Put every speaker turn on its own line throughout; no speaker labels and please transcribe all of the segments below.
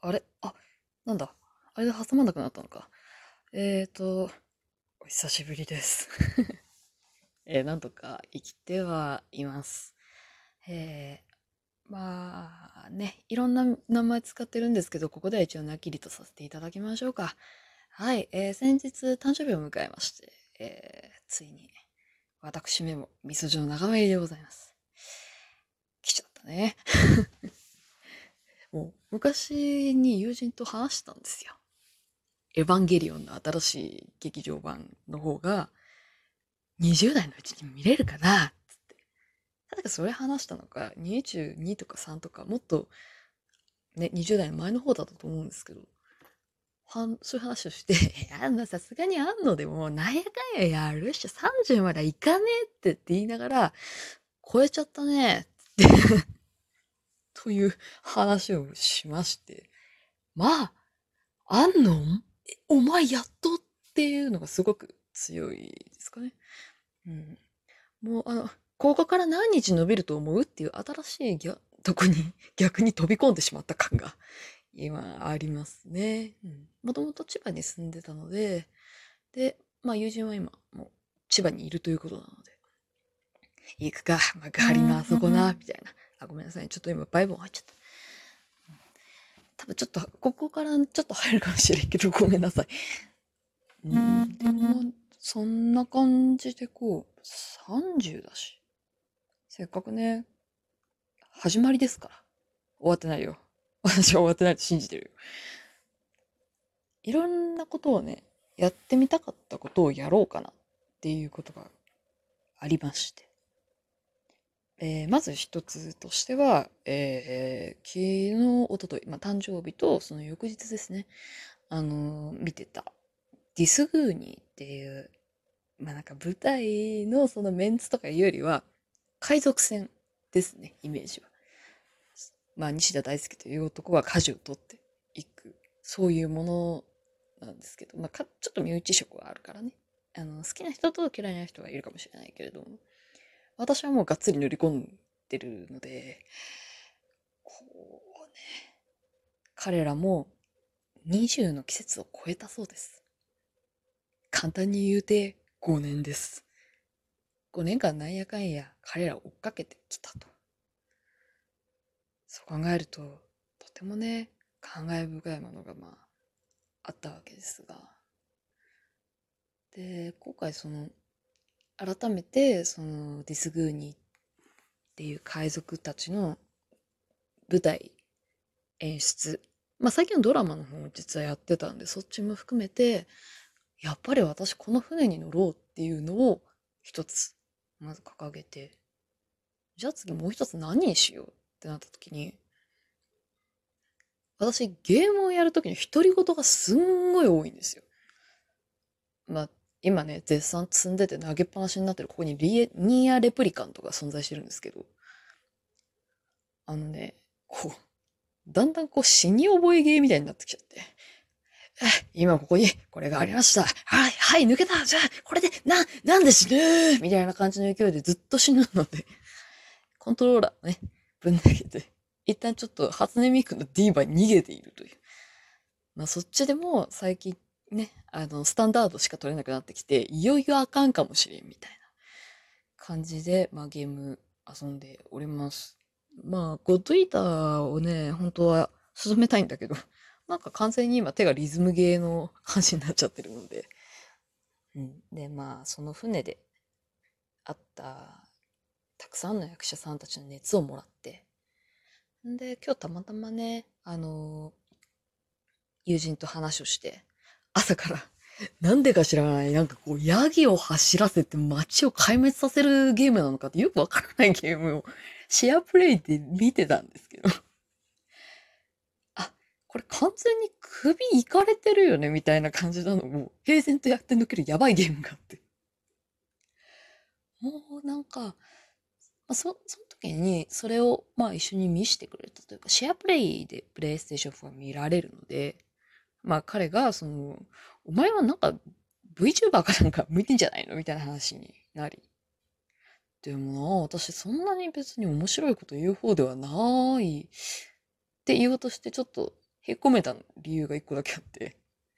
あれなんだ。あれで挟まなくなったのか。お久しぶりです。なんとか生きてはいます。まあね、いろんな名前使ってるんですけど、ここでは一応なきりとさせていただきましょうか。はい、先日誕生日を迎えまして、ついに私めもみそじの仲間入りでございます。来ちゃったね。もう昔に友人と話したんですよ。エヴァンゲリオンの新しい劇場版の方が20代のうちに見れるかな。確かそれ話したのが22とか3とかもっとね、20代の前の方だったと思うんですけど、そういう話をして、さすがにあんのでも、なんやかんややるっしょ、30までいかねえって言いながら、超えちゃったね、という話をしまして、まあ、あんのお前やっとっていうのがすごく強いですかね。うん。もう、ここから何日伸びると思うっていう新しいとこに逆に飛び込んでしまった感が今ありますね。もともと千葉に住んでたので、で、まあ友人は今もう千葉にいるということなので、行くか、幕張のあそこな、みたいな。ごめんなさい。ちょっと今バイブン入っちゃった。多分ちょっと、ここからちょっと入るかもしれんけど、ごめんなさい。でも、そんな感じでこう、30だし。せっかくね、始まりですから。終わってないよ。私は終わってないと信じてるよ。いろんなことをね、やってみたかったことをやろうかなっていうことがありまして。まず一つとしては、昨日、一昨日、誕生日とその翌日ですね。見てた、ディスグーニーっていう、なんか舞台のそのメンツとかいうよりは、海賊船ですね、イメージは。西田大輔という男が舵を取っていく、そういうものなんですけど、ちょっと身内色はあるからね。好きな人と嫌いな人がいるかもしれないけれども、私はもうがっつり乗り込んでるので、こうね、彼らも20の季節を超えたそうです。簡単に言うて5年です。5年間なんやかんや彼らを追っかけてきたと。そう考えると、とてもね、感慨深いものがあったわけですが。で、今回改めてそのディスグーニーっていう海賊たちの舞台、演出。最近のドラマの方も実はやってたんで、そっちも含めて、やっぱり私この船に乗ろうっていうのを一つ、まず掲げて、じゃあ次もう一つ何にしようってなった時に、私ゲームをやる時に独り言がすんごい多いんですよ。まあ、今ね、絶賛積んでて投げっぱなしになってるここにニーアレプリカントが存在してるんですけど、あのね、だんだん死に覚えゲーみたいになってきちゃって。今ここにこれがありました。はい、はい、抜けた。じゃあ、これで、なんで死ぬみたいな感じの勢いでずっと死ぬので、コントローラーをね、ぶん投げて、一旦ちょっと初音ミクのディーバに逃げているという。そっちでも最近ね、スタンダードしか取れなくなってきて、いよいよあかんかもしれんみたいな感じで、ゲーム遊んでおります。ゴッドイーターをね、本当は進めたいんだけど、なんか完全に今手がリズムゲーの感じになっちゃってるので、で、その船で会ったたくさんの役者さんたちの熱をもらって、で、今日たまたまね、友人と話をして、朝からなんでか知らない、なんかヤギを走らせて街を壊滅させるゲームなのかってよくわからないゲームをシェアプレイで見てたんですけど、あ、これ完全に首いかれてるよねみたいな感じなのを平然とやって抜けるやばいゲームがあって。もうなんか、その時にそれを一緒に見せてくれたというか、シェアプレイでプレイステーション4は見られるので、彼がお前はなんか VTuber かなんか向いてんじゃないのみたいな話になり。でもな、私そんなに別に面白いこと言う方ではないって言おうとしてちょっとへこめた理由が一個だけあって、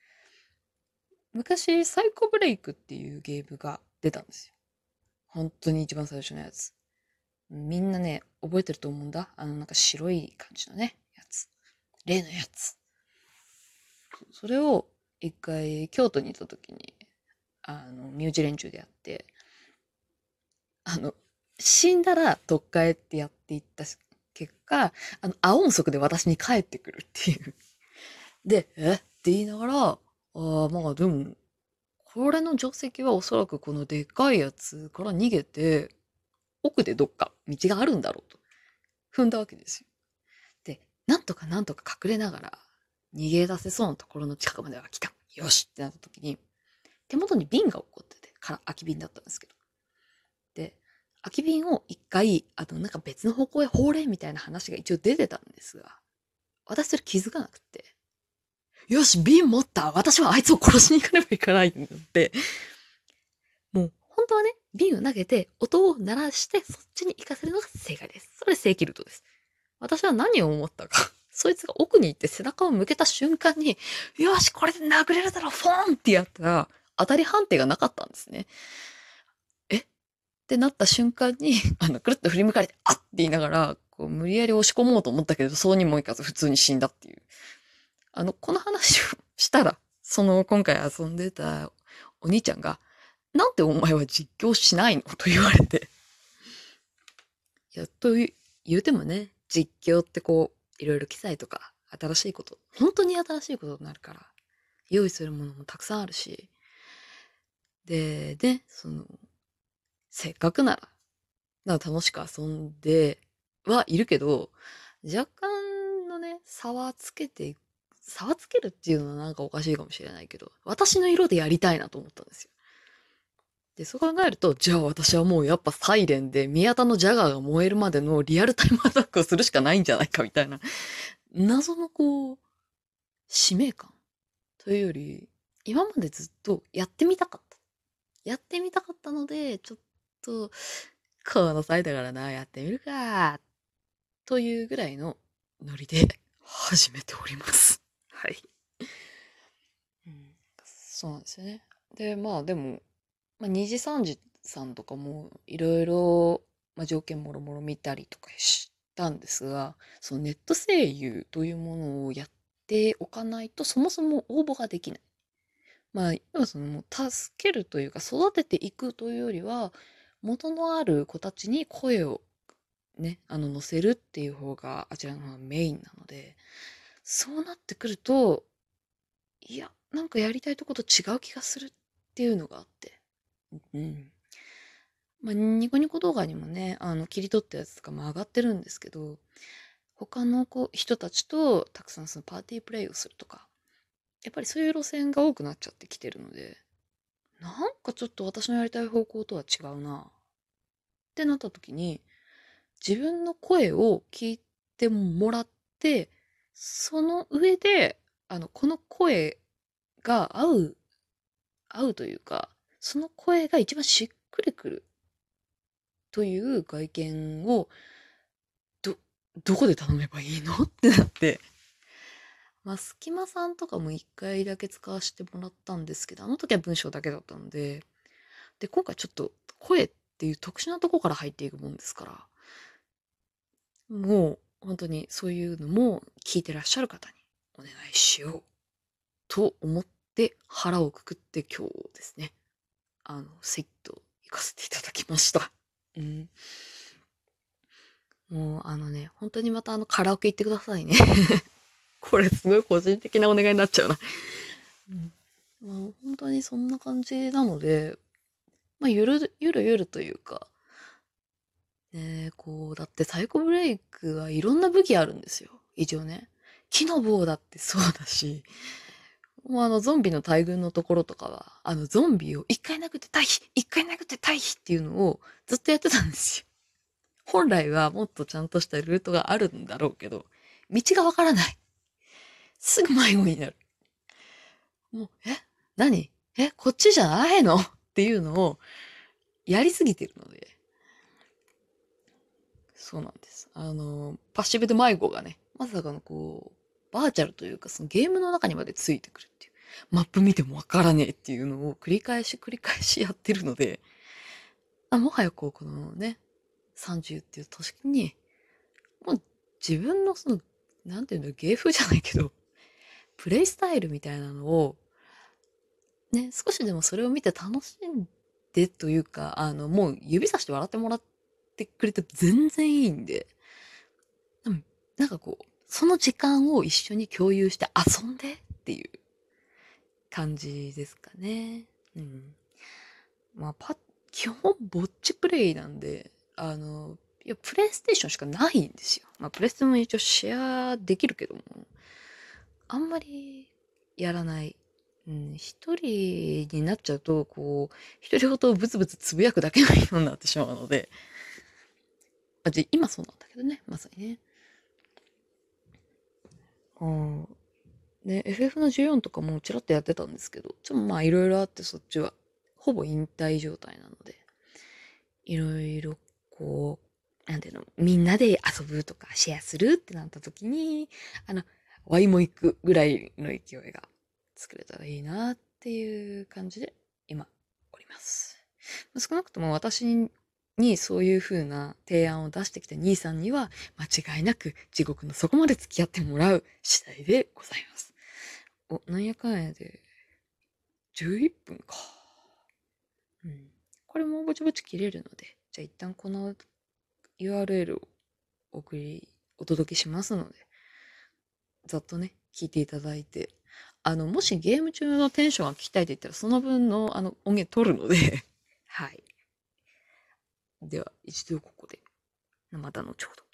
昔サイコブレイクっていうゲームが出たんですよ。本当に一番最初のやつ。みんなね、覚えてると思うんだ。なんか白い感じのね、やつ。例のやつ。それを一回京都にいた時に、身内連中でやって、あの、死んだら特会ってやっていった結果、青音速で私に帰ってくるっていう。で、って言いながら、まあでも、これの定石はおそらくこのでっかいやつから逃げて、奥でどっか道があるんだろうと踏んだわけですよ。で、なんとかなんとか隠れながら逃げ出せそうなところの近くまでは来た。よしってなった時に、手元に瓶が起こってて、空き瓶だったんですけど。で、空き瓶を一回、なんか別の方向へ放れみたいな話が一応出てたんですが、私それ気づかなくて、よし、瓶持った私はあいつを殺しに行かねばいかないんだって、もう、本当はね、瓶を投げて、音を鳴らして、そっちに行かせるのが正解です。それ正規ルートです。私は何を思ったか。そいつが奥に行って背中を向けた瞬間に、よし、これで殴れるだろ、フォーンってやったら、当たり判定がなかったんですね。ってなった瞬間に、くるっと振り向かれて、あっって言いながら、こう、無理やり押し込もうと思ったけど、そうにもいかず普通に死んだっていう。この話をしたら、今回遊んでたお兄ちゃんが、なんでお前は実況しないのと言われて。やっと言うてもね、実況ってこう、いろいろ機材とか、新しいこと、本当に新しいことになるから、用意するものもたくさんあるし、で、せっかくなら、楽しく遊んではいるけど、若干のね、差はつけるっていうのはなんかおかしいかもしれないけど、私の色でやりたいなと思ったんですよ。で、そう考えると、じゃあ私はもうやっぱサイレンで宮田のジャガーが燃えるまでのリアルタイムアタックをするしかないんじゃないかみたいな、謎のこう、使命感というより、今までずっとやってみたかった。やってみたかったので、ちょっと、この際だからな、やってみるか、というぐらいのノリで始めております。はい。うん、そうなんですよね。で、まあでも、2時3時さんとかもいろいろ、条件もろもろ見たりとかしたんですが、そのネット声優というものをやっておかないとそもそも応募ができない。要はもう助けるというか育てていくというよりは、元のある子たちに声をね、乗せるっていう方が、あちらの方がメインなので、そうなってくると、いや、なんかやりたいとこと違う気がするっていうのがあって。うん。ニコニコ動画にもね、切り取ったやつとかも上がってるんですけど、他の人たちとたくさんそのパーティープレイをするとか、やっぱりそういう路線が多くなっちゃってきてるので、なんかちょっと私のやりたい方向とは違うなってなった時に、自分の声を聞いてもらって、その上で、この声が合うというか、その声が一番しっくりくるという外見を、ど、どこで頼めばいいのってなって。スキマさんとかも一回だけ使わせてもらったんですけど、あの時は文章だけだったので、で、今回ちょっと声っていう特殊なとこから入っていくもんですから、もう本当にそういうのも聞いてらっしゃる方にお願いしようと思って腹をくくって今日ですね、セット行かせていただきました。うん。もう本当にまたカラオケ行ってくださいね。これすごい個人的なお願いになっちゃうな。うん。本当にそんな感じなので、ゆるゆるというか、だってサイコブレイクはいろんな武器あるんですよ。一応ね。木の棒だってそうだし、もうゾンビの大群のところとかは、ゾンビを一回殴って退避一回殴って退避っていうのをずっとやってたんですよ。本来はもっとちゃんとしたルートがあるんだろうけど、道がわからない。すぐ迷子になる。もう、何こっちじゃないのっていうのをやりすぎてるので。そうなんです。パッシブで迷子がね、まさかのバーチャルというか、そのゲームの中にまでついてくるっていう。マップ見てもわからねえっていうのを繰り返し繰り返しやってるので、もはやこのね、30っていう年に、もう自分のなんていうの、芸風じゃないけど、プレイスタイルみたいなのを、ね、少しでもそれを見て楽しんでというか、もう指さして笑ってもらってくれて全然いいんで、なんかその時間を一緒に共有して遊んでっていう感じですかね。うん。まあ、基本ぼっちプレイなんで、いや、プレイステーションしかないんですよ。まあ、プレステも一応シェアできるけども、あんまりやらない。うん、一人になっちゃうと、独り言をブツブツつぶやくだけのようになってしまうので、今そうなんだけどね、まさにね。ね、FF の14とかもちらっとやってたんですけど、まあいろいろあってそっちはほぼ引退状態なので、いろいろなんていうの、みんなで遊ぶとかシェアするってなった時に、ワイも行くぐらいの勢いが作れたらいいなっていう感じで今おります。少なくとも私にそういう風な提案を出してきた兄さんには間違いなく地獄の底まで付き合ってもらう次第でございます。なんやかんやで11分か。うん。これもぼちぼち切れるので、じゃあ一旦この URL をお届けしますので、ざっとね、聞いていただいて、もしゲーム中のテンションが聞きたいって言ったら、その分の音源取るのではい。では、一度ここで、また後ほど。